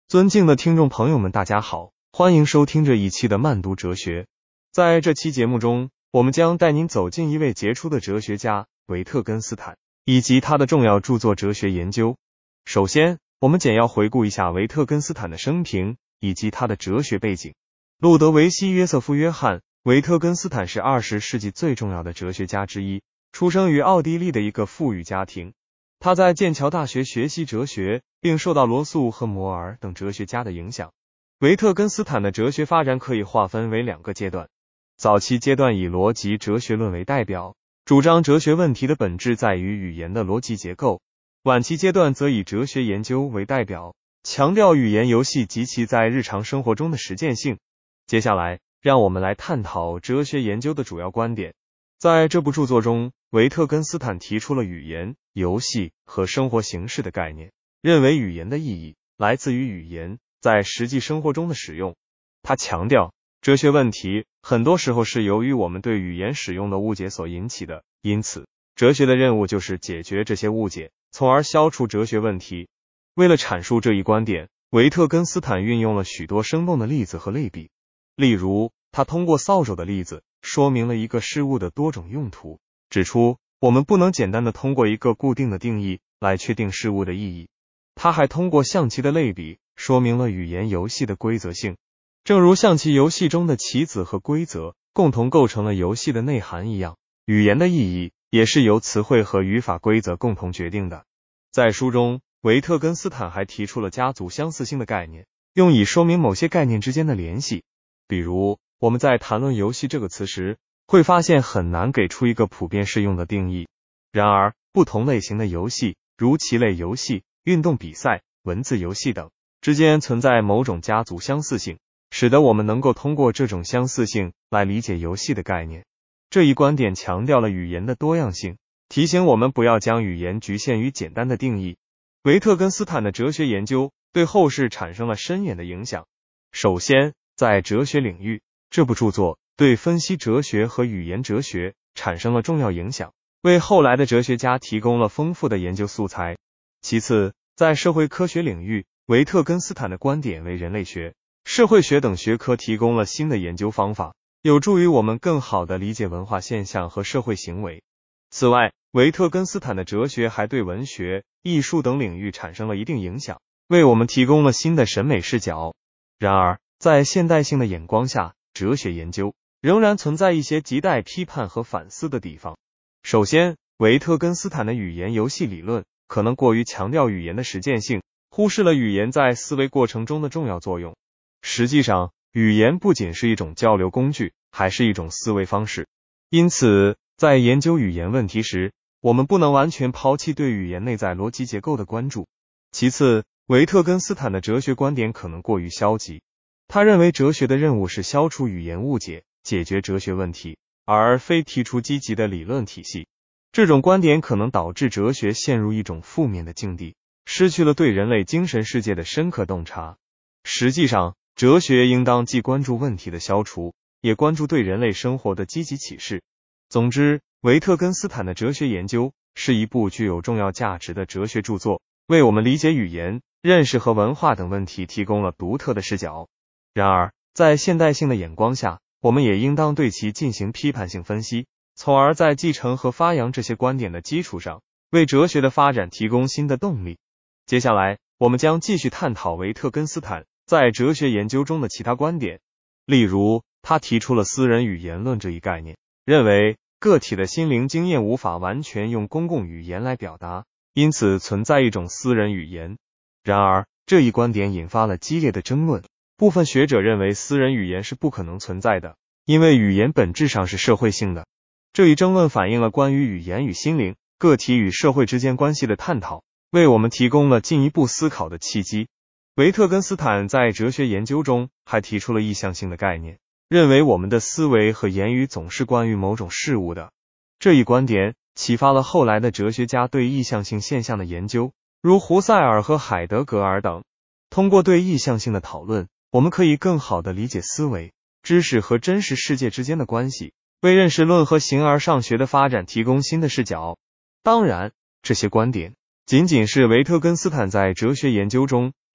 尊敬的听众朋友们，大家好，欢迎收听这一期的慢读哲学。在这期节目中，我们将带您走进一位杰出的哲学家维特根斯坦，以及他的重要著作《哲学研究》。首先，我们简要回顾一下维特根斯坦的生平以及他的哲学背景。路德维希·约瑟夫·约翰·维特根斯坦是20世纪最重要的哲学家之一，出生于奥地利的一个富裕家庭。他在剑桥大学学习哲学，并受到罗素和摩尔等哲学家的影响。维特根斯坦的哲学发展可以划分为两个阶段。早期阶段以逻辑哲学论为代表，主张哲学问题的本质在于语言的逻辑结构。晚期阶段则以哲学研究为代表，强调语言游戏及其在日常生活中的实践性。接下来，让我们来探讨哲学研究的主要观点。在这部著作中，维特根斯坦提出了语言、游戏和生活形式的概念，认为语言的意义来自于语言在实际生活中的使用。他强调，哲学问题很多时候是由于我们对语言使用的误解所引起的，因此，哲学的任务就是解决这些误解，从而消除哲学问题。为了阐述这一观点，维特根斯坦运用了许多生动的例子和类比。例如，他通过扫帚的例子说明了一个事物的多种用途，指出我们不能简单的通过一个固定的定义来确定事物的意义。他还通过象棋的类比说明了语言游戏的规则性，正如象棋游戏中的棋子和规则共同构成了游戏的内涵一样，语言的意义也是由词汇和语法规则共同决定的。在书中，维特根斯坦还提出了家族相似性的概念，用以说明某些概念之间的联系。比如，我们在谈论游戏这个词时，会发现很难给出一个普遍适用的定义。然而，不同类型的游戏，如棋类游戏、运动比赛、文字游戏等，之间存在某种家族相似性，使得我们能够通过这种相似性来理解游戏的概念。这一观点强调了语言的多样性，提醒我们不要将语言局限于简单的定义。维特根斯坦的哲学研究对后世产生了深远的影响。首先，在哲学领域，这部著作对分析哲学和语言哲学产生了重要影响，为后来的哲学家提供了丰富的研究素材。其次，在社会科学领域，维特根斯坦的观点为人类学、社会学等学科提供了新的研究方法，有助于我们更好地理解文化现象和社会行为。此外，维特根斯坦的哲学还对文学、艺术等领域产生了一定影响，为我们提供了新的审美视角。然而，在现代性的眼光下，哲学研究仍然存在一些亟待批判和反思的地方。首先，维特根斯坦的语言游戏理论可能过于强调语言的实践性，忽视了语言在思维过程中的重要作用。实际上，语言不仅是一种交流工具，还是一种思维方式。因此，在研究语言问题时，我们不能完全抛弃对语言内在逻辑结构的关注。其次，维特根斯坦的哲学观点可能过于消极。他认为哲学的任务是消除语言误解，解决哲学问题，而非提出积极的理论体系。这种观点可能导致哲学陷入一种负面的境地，失去了对人类精神世界的深刻洞察。实际上，哲学应当既关注问题的消除，也关注对人类生活的积极启示。总之，维特根斯坦的哲学研究是一部具有重要价值的哲学著作，为我们理解语言、认识和文化等问题提供了独特的视角。然而，在现代性的眼光下，我们也应当对其进行批判性分析，从而在继承和发扬这些观点的基础上，为哲学的发展提供新的动力。接下来，我们将继续探讨维特根斯坦在哲学研究中的其他观点。例如，他提出了私人语言论这一概念，认为个体的心灵经验无法完全用公共语言来表达，因此存在一种私人语言。然而，这一观点引发了激烈的争论。部分学者认为私人语言是不可能存在的，因为语言本质上是社会性的。这一争论反映了关于语言与心灵、个体与社会之间关系的探讨，为我们提供了进一步思考的契机。维特根斯坦在哲学研究中还提出了意向性的概念，认为我们的思维和言语总是关于某种事物的。这一观点启发了后来的哲学家对意向性现象的研究，如胡塞尔和海德格尔等。通过对意向性的讨论，我们可以更好地理解思维、知识和真实世界之间的关系，为认识论和形而上学的发展提供新的视角。当然，这些观点仅仅是维特根斯坦在哲学研究中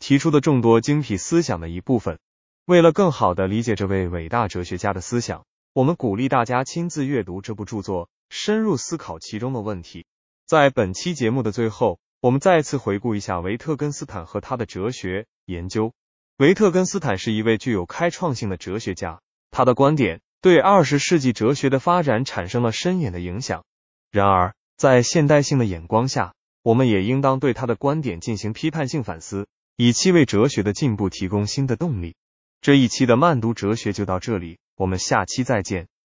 提出的众多精辟思想的一部分。为了更好地理解这位伟大哲学家的思想，我们鼓励大家亲自阅读这部著作，深入思考其中的问题。在本期节目的最后，我们再次回顾一下维特根斯坦和他的哲学研究。维特根斯坦是一位具有开创性的哲学家，他的观点对20世纪哲学的发展产生了深远的影响。然而，在现代性的眼光下，我们也应当对他的观点进行批判性反思，以期为哲学的进步提供新的动力。这一期的慢读哲学就到这里，我们下期再见。